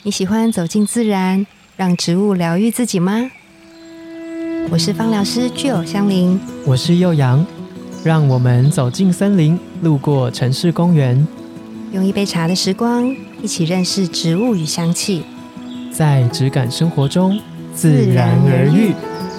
你喜欢走进自然，让植物疗愈自己吗？我是芳疗师具有香林， 我是幼阳，让我们走进森林，路过城市公园， 用一杯茶的时光，一起认识植物与香气， 在质感生活中自然而愈。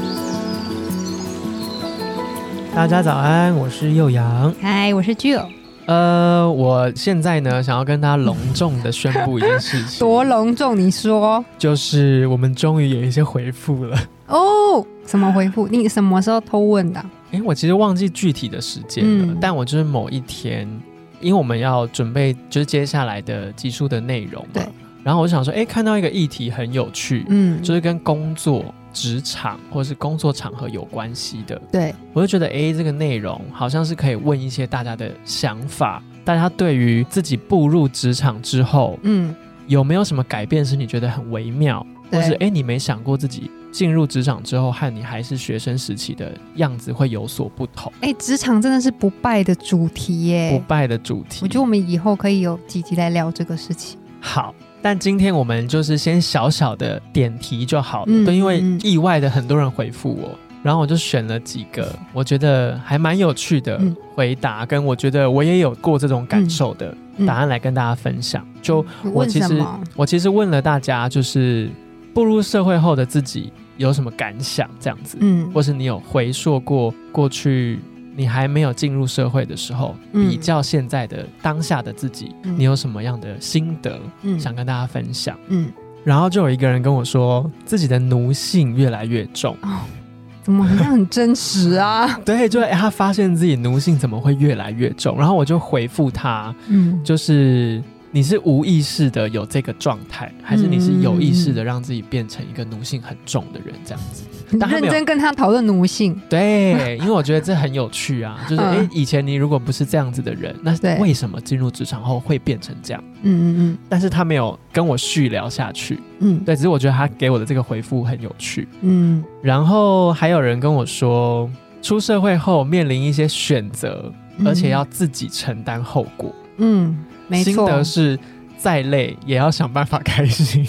大家早安，我是幼阳。 嗨，我是具有。 我现在呢，想要跟大家隆重的宣布一件事情。 多隆重？你说。 就是我们终于有一些回复了。 哦，什么回复？你什么时候偷问的？ 我其实忘记具体的时间了，但我就是某一天，因为我们要准备就是接下来的集数的内容嘛。 对。 然后我就想说，看到一个议题很有趣，就是跟工作、职场或是工作场合有关系的。 对， 我就觉得，这个内容好像是可以问一些大家的想法，大家对于自己步入职场之后，有没有什么改变是你觉得很微妙，或是你没想过自己进入职场之后和你还是学生时期的样子会有所不同。 职场真的是不败的主题耶， 不败的主题。 我觉得我们以后可以有几集来聊这个事情。 好，但今天我们就是先小小的点题就好了。对，因为意外的很多人回复我，然后我就选了几个我觉得还蛮有趣的回答，跟我觉得我也有过这种感受的答案来跟大家分享。就我其实问了大家，就是步入社会后的自己有什么感想这样子，或是你有回溯过过去你还没有进入社会的时候，比较现在的当下的自己，你有什么样的心得想跟大家分享。然后就有一个人跟我说自己的奴性越来越重。 怎么好像很真实啊？ 对，就他发现自己奴性怎么会越来越重，然后我就回复他，就是你是无意识的有这个状态，还是你是有意识的让自己变成一个奴性很重的人这样子？ 但认真跟他讨论奴性。 对，因为我觉得这很有趣啊，就是以前你如果不是这样子的人，那为什么进入职场后会变成这样？但是他没有跟我续聊下去。对，只是我觉得他给我的这个回复很有趣。然后还有人跟我说，出社会后面临一些选择，而且要自己承担后果。没错，心得是再累也要想办法开心。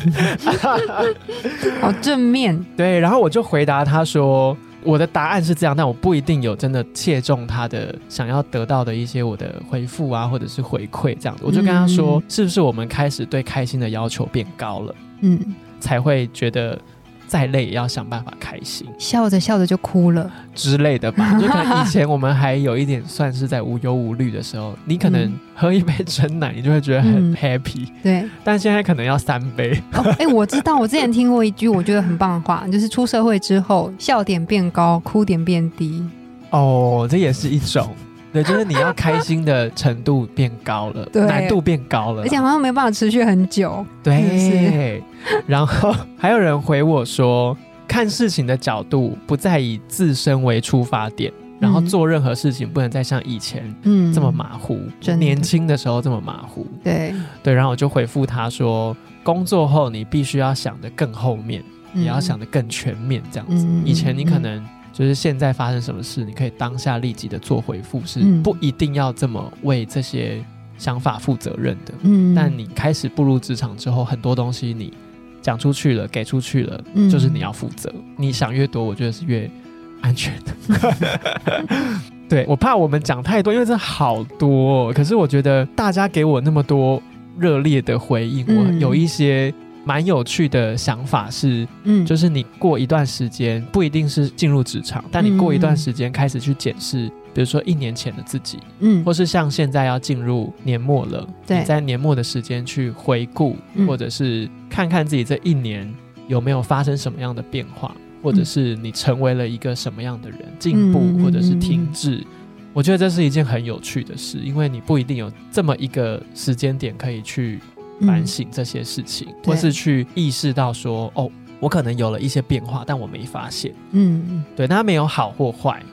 好正面。 对，然后我就回答他说，我的答案是这样，但我不一定有真的切中他的想要得到的一些我的回复啊，或者是回馈这样子。我就跟他说，是不是我们开始对开心的要求变高了，才会觉得再累也要想办法开心， 笑着笑着就哭了之类的吧。就可能以前我们还有一点算是在无忧无虑的时候，你可能喝一杯真奶你就会觉得很 happy， 对。 但现在可能要3杯。 我知道，我之前听过一句我觉得很棒的话，就是出社会之后笑点变高，哭点变低。这也是一种。对，就是你要开心的程度变高了，难度变高了，而且好像没办法持续很久。 对，然后还有人回我说，看事情的角度不再以自身为出发点，然后做任何事情不能再像以前这么马虎，年轻的时候这么马虎。对，然后我就回复他说，工作后你必须要想得更后面，也要想得更全面这样子。以前你可能就是现在发生什么事，你可以当下立即的做回复，是不一定要这么为这些想法负责任的。但你开始步入职场之后，很多东西你讲出去了，给出去了，就是你要负责。你想越多，我觉得是越安全的。对，我怕我们讲太多，因为这好多可是我觉得大家给我那么多热烈的回应，我有一些蛮有趣的想法是，就是你过一段时间，不一定是进入职场，但你过一段时间开始去检视，比如说1年前的自己，或是像现在要进入年末了，你在年末的时间去回顾，或者是看看自己这1年有没有发生什么样的变化，或者是你成为了一个什么样的人，进步或者是停滞。我觉得这是一件很有趣的事，因为你不一定有这么一个时间点可以去反省这些事情，或是去意识到说，我可能有了一些变化，但我没发现。对，那它没有好或坏，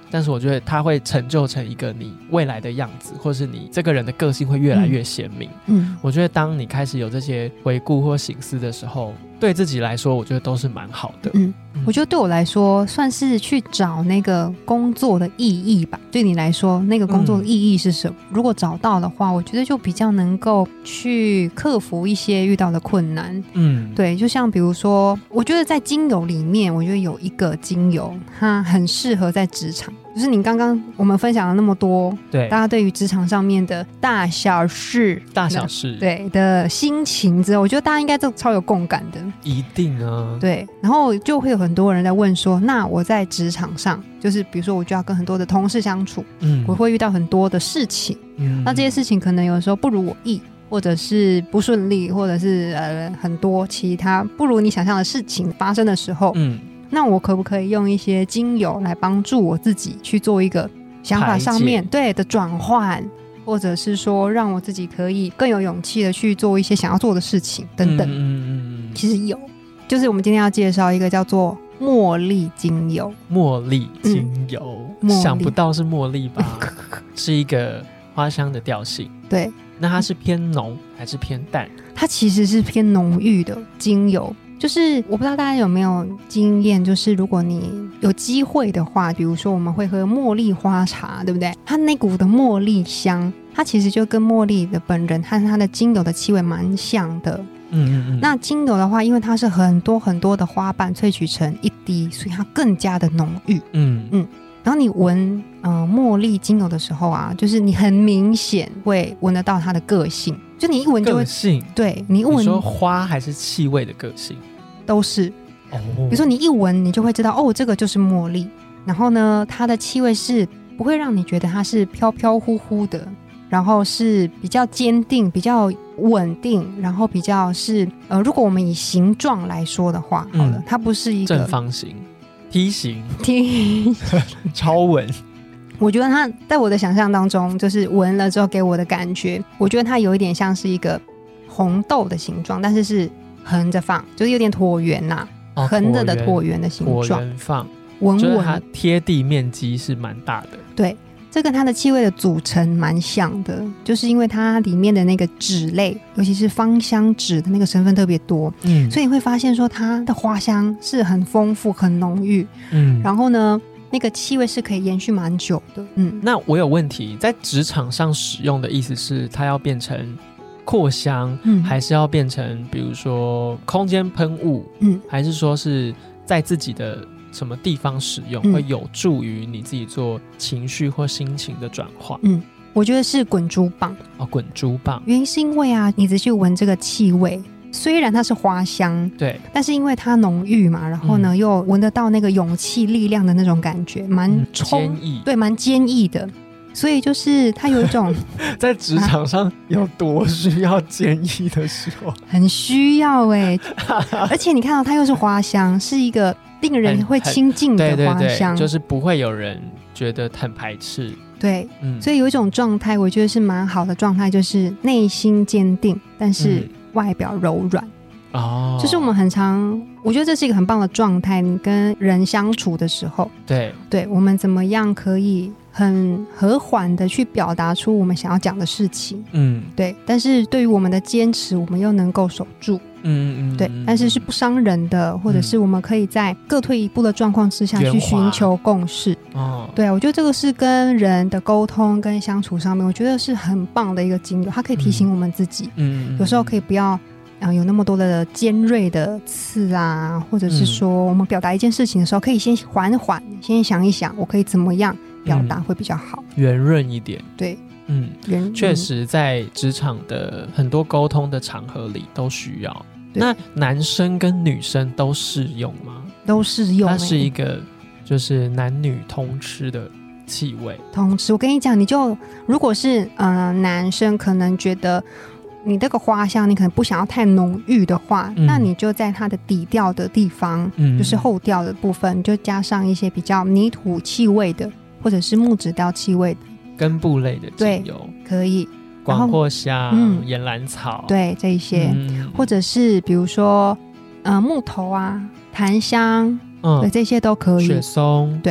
但是我觉得它会成就成一个你未来的样子，或是你这个人的个性会越来越鲜明。我觉得当你开始有这些回顾或省思的时候，对自己来说我觉得都是蛮好的。 我觉得对我来说算是去找那个工作的意义吧。对你来说那个工作的意义是什么？如果找到的话，我觉得就比较能够去克服一些遇到的困难。对，就像比如说我觉得在精油里面，我觉得有一个精油它很适合在职场，就是你刚刚我们分享了那么多，对，大家对于职场上面的大小事对的心情之后，我觉得大家应该都超有共感的。 一定啊。 对，然后就会有很多人在问说，那我在职场上，就是比如说我就要跟很多的同事相处，我会遇到很多的事情，那这些事情可能有的时候不如我意，或者是不顺利，或者是很多其他不如你想象的事情发生的时候，那我可不可以用一些精油来帮助我自己去做一个想法上面对的转换，或者是说让我自己可以更有勇气的去做一些想要做的事情等等。其实有，就是我们今天要介绍一个叫做茉莉精油。 茉莉精油，想不到是茉莉吧？是一个花香的调性。对，那它是偏浓还是偏淡？ 它其实是偏浓郁的精油。就是我不知道大家有没有经验，就是如果你有机会的话，比如说我们会喝茉莉花茶，对不对？它那股的茉莉香，它其实就跟茉莉的本人和它的精油的气味蛮像的。那精油的话，因为它是很多很多的花瓣萃取成一滴，所以它更加的浓郁。然后你闻茉莉精油的时候啊，就是你很明显会闻得到它的个性，就你一闻就会。 个性？ 对，你一闻。 你说花还是气味的个性？ 都是。比如说你一闻，你就会知道这个就是茉莉。然后呢，它的气味是不会让你觉得它是飘飘忽忽的，然后是比较坚定、比较稳定，然后比较是如果我们以形状来说的话，好了，它不是一个正方形。梯形超稳。 我觉得它在我的想象当中，就是闻了之后给我的感觉，我觉得它有一点像是一个红豆的形状，但是是横着放，就是有点椭圆啦，横着的椭圆的形状， 椭圆放， 稳稳， 就是它贴地面积是蛮大的。 对，这跟它的气味的组成蛮像的，就是因为它里面的那个酯类，尤其是芳香酯的那个成分特别多，所以你会发现说它的花香是很丰富、很浓郁，然后呢，那个气味是可以延续蛮久的。 那我有问题，在职场上使用的意思是它要变成扩香，还是要变成比如说空间喷雾，还是说是在自己的什么地方使用，会有助于你自己做情绪或心情的转化？ 我觉得是滚珠棒。 滚珠棒， 原因是因为啊，你仔细闻这个气味，虽然它是花香， 对， 但是因为它浓郁嘛，然后呢，又闻得到那个勇气、力量的那种感觉，蛮坚毅， 对，蛮坚毅的。所以就是它有一种在职场上有多需要坚毅的时候， 很需要而且你看到它又是花香，是一个令人会亲近的花香， 对，就是不会有人觉得很排斥。 对，所以有一种状态，我觉得是蛮好的状态，就是内心坚定，但是外表柔软。就是我们很常，我觉得这是一个很棒的状态。你跟人相处的时候，对，我们怎么样可以很和缓的去表达出我们想要讲的事情，对，但是对于我们的坚持，我们又能够守住，对，但是是不伤人的，或者是我们可以在各退一步的状况之下去寻求共识。对啊，我觉得这个是跟人的沟通跟相处上面，我觉得是很棒的一个精油，它可以提醒我们自己，有时候可以不要有那么多的尖锐的刺啊，或者是说我们表达一件事情的时候，可以先缓缓，先想一想，我可以怎么样表达会比较好， 圆润一点。 对， 确实在职场的很多沟通的场合里都需要。那男生跟女生都适用吗？ 都适用， 它是一个就是男女通吃的气味。 通吃，我跟你讲，你就如果是男生可能觉得你这个花香你可能不想要太浓郁的话，那你就在它的底调的地方，就是后调的部分，就加上一些比较泥土气味的，或者是木质调气味的根部类的精油， 可以广藿香、岩兰草， 对，这一些，或者是比如说木头啊、檀香，对，这些都可以。 雪松， 对，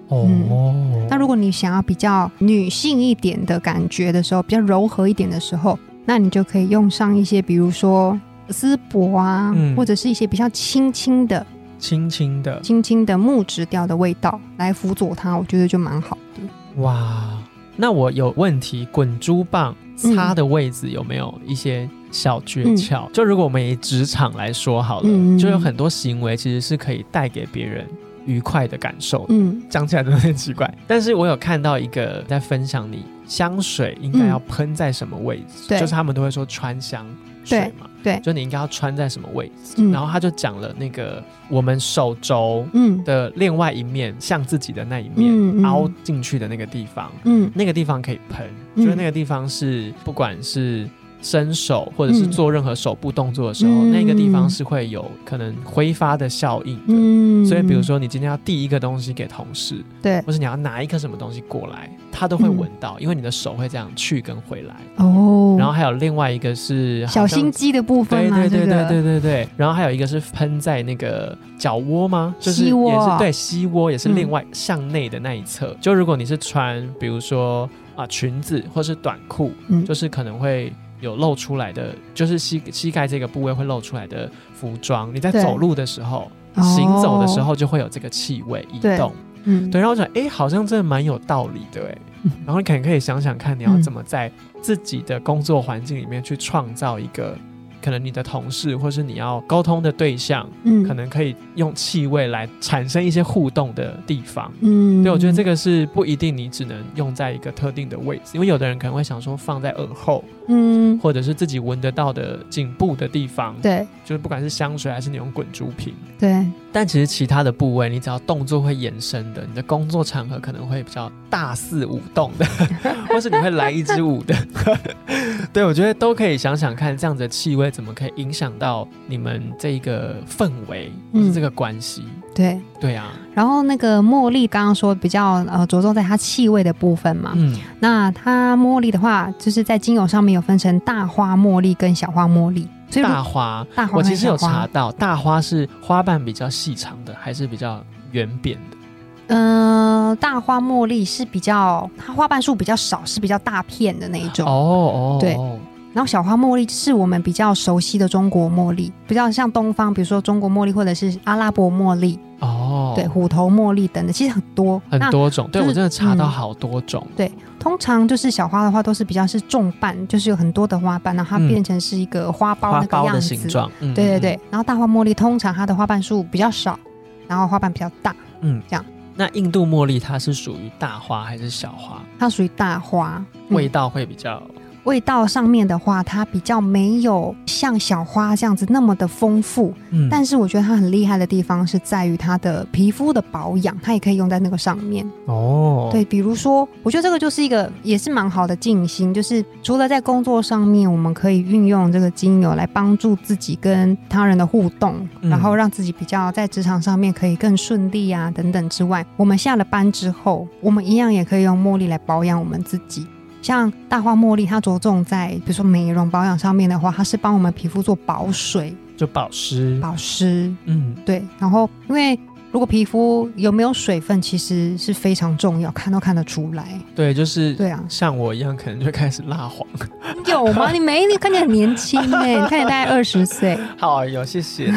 那如果你想要比较女性一点的感觉的时候，比较柔和一点的时候，那你就可以用上一些比如说丝柏啊，或者是一些比较轻轻的木质调的味道来辅佐它，我觉得就蛮好的。 哇，那我有问题，滚珠棒擦的位置有没有一些小诀窍？就如果我们以职场来说好了，就有很多行为其实是可以带给别人愉快的感受。讲起来真的很奇怪，但是我有看到一个在分享，你香水应该要喷在什么位置，就是他们都会说川香水嘛，对，就你应该要穿在什么位置，然后他就讲了那个我们手肘的另外一面，像自己的那一面凹进去的那个地方，那个地方可以喷，就是那个地方是不管是伸手或者是做任何手部动作的时候，那个地方是会有可能挥发的效应的，所以比如说你今天要递一个东西给同事，对，或是你要拿一颗什么东西过来，他都会闻到，因为你的手会这样去跟回来。然后还有另外一个是小心机的部分嘛， 对，然后还有一个是喷在那个脚窝吗？就是也是对膝窝，也是另外向内的那一侧。就如果你是穿比如说裙子或是短裤，就是可能会有露出来的，就是膝盖这个部位会露出来的服装，你在走路的时候行走的时候就会有这个气味移动。对，然后我想好像真的蛮有道理的然后你可以想想看你要怎么在自己的工作环境里面去创造一个可能你的同事或是你要沟通的对象，可能可以用气味来产生一些互动的地方。对，我觉得这个是不一定你只能用在一个特定的位置，因为有的人可能会想说放在耳后，或者是自己闻得到的颈部的地方，对，就是不管是香水还是你用滚珠瓶，对。但其实其他的部位，你只要动作会延伸的，你的工作场合可能会比较大肆舞动的，或是你会来一支舞的，对，我觉得都可以想想看，这样子的气味怎么可以影响到你们这一个氛围或是这个关系。对啊。 然后那个茉莉刚刚说比较着重在它气味的部分嘛，那它茉莉的话，就是在精油上面有分成大花茉莉跟小花茉莉。 大花我其实有查到，大花是花瓣比较细长的还是比较圆扁的？ 大花茉莉是比较，它花瓣数比较少，是比较大片的那一种。对。然后小花茉莉是我们比较熟悉的中国茉莉，比较像东方，比如说中国茉莉或者是阿拉伯茉莉。对，虎头茉莉等等，其实很多种。对，我真的查到好多种。 对，通常就是小花的话都是比较是重瓣，就是有很多的花瓣，然后它变成是一个花苞那个样子，花苞的形状。对。然后大花茉莉通常它的花瓣数比较少，然后花瓣比较大。这样。 那印度茉莉它是属于大花还是小花？ 它属于大花， 味道会比较。 味道上面的话，它比较没有像小花这样子那么的丰富，但是我觉得它很厉害的地方是在于它的皮肤的保养，它也可以用在那个上面。对，比如说我觉得这个就是一个也是蛮好的静心，就是除了在工作上面我们可以运用这个精油来帮助自己跟他人的互动，然后让自己比较在职场上面可以更顺利啊等等之外，我们下了班之后我们一样也可以用茉莉来保养我们自己。像大花茉莉它着重在比如说美容保养上面的话，它是帮我们皮肤做保水， 就保湿。 对。然后因为如果皮肤有没有水分其实是非常重要，看都看得出来。 对，就是对啊，像我一样可能就开始蜡黄。 有吗？你没，你看起来很年轻你看起来大概20岁。 好，有，谢谢。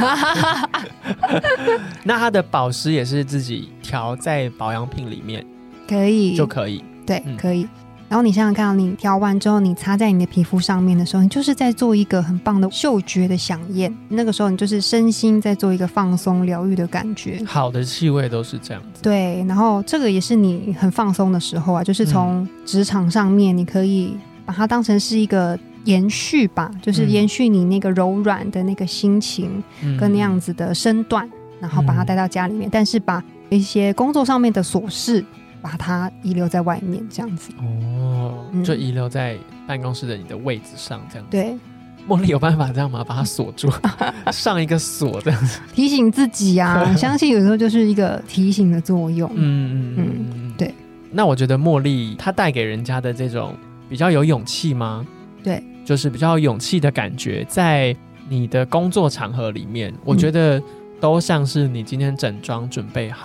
那它的保湿也是自己调在保养品里面可以就可以。 对，可以。然后你想想看，你调完之后你擦在你的皮肤上面的时候，你就是在做一个很棒的嗅觉的响应，那个时候你就是身心在做一个放松疗愈的感觉。 好的气味都是这样子。 对，然后这个也是你很放松的时候啊，就是从职场上面你可以把它当成是一个延续吧，就是延续你那个柔软的那个心情跟那样子的身段，然后把它带到家里面，但是把一些工作上面的琐事把它遗留在外面，这样子。 就遗留在办公室的你的位置上，这样子。 对， 茉莉有办法这样吗？把它锁住，上一个锁这样子， 提醒自己啊。相信有时候就是一个提醒的作用。对。 那我觉得茉莉它带给人家的这种比较有勇气吗？ 对， 就是比较有勇气的感觉，在你的工作场合里面，我觉得都像是你今天整装准备好，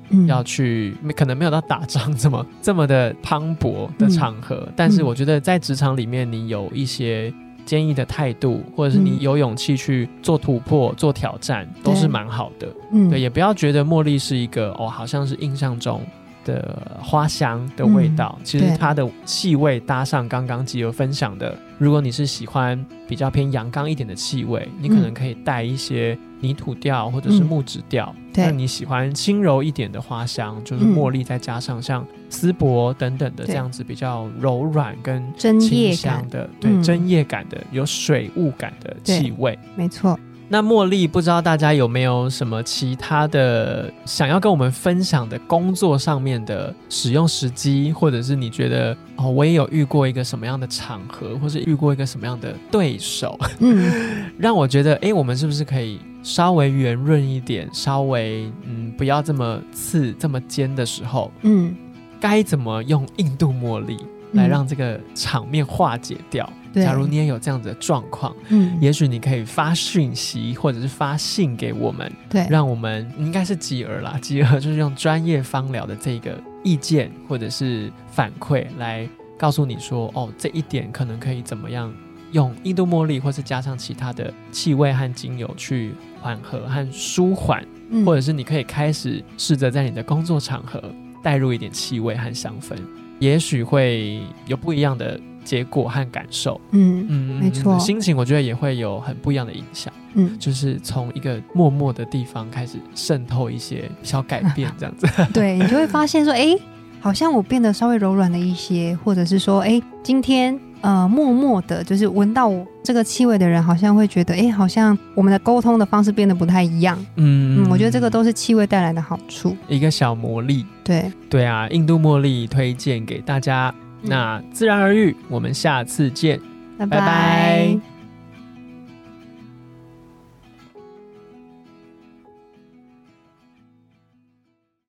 要去可能没有到打仗这么的磅礴的场合，但是我觉得在职场里面你有一些坚毅的态度，或者是你有勇气去做突破做挑战，都是蛮好的。对，也不要觉得茉莉是一个好像是印象中的花香的味道，其实它的气味搭上刚刚吉儿分享的，如果你是喜欢比较偏阳刚一点的气味，你可能可以带一些泥土调或者是木质调，那你喜欢轻柔一点的花香，就是茉莉再加上像丝柏等等的这样子比较柔软跟清香的，对，针叶感的有水雾感的气味， 没错。 那茉莉不知道大家有没有什么其他的想要跟我们分享的工作上面的使用时机，或者是你觉得我也有遇过一个什么样的场合，或是遇过一个什么样的对手，让我觉得我们是不是可以稍微圆润一点，稍微不要这么刺这么尖的时候，该怎么用印度茉莉来让这个场面化解掉。假如你也有这样子的状况，也许你可以发讯息或者是发信给我们，对，让我们应该是吉儿啦，吉儿就是用专业芳疗的这个意见或者是反馈来告诉你说，这一点可能可以怎么样用印度茉莉或是加上其他的气味和精油去缓和和舒缓，或者是你可以开始试着在你的工作场合带入一点气味和香氛，也许会有不一样的结果和感受， 没错， 心情我觉得也会有很不一样的影响，就是从一个默默的地方开始渗透一些小改变，这样子， 对，你就会发现说，好像我变得稍微柔软了一些，或者是说，今天默默的，就是闻到这个气味的人，好像会觉得，好像我们的沟通的方式变得不太一样，我觉得这个都是气味带来的好处， 一个小魔力，对啊，印度茉莉推荐给大家。那自然而愈，我们下次见， 拜拜。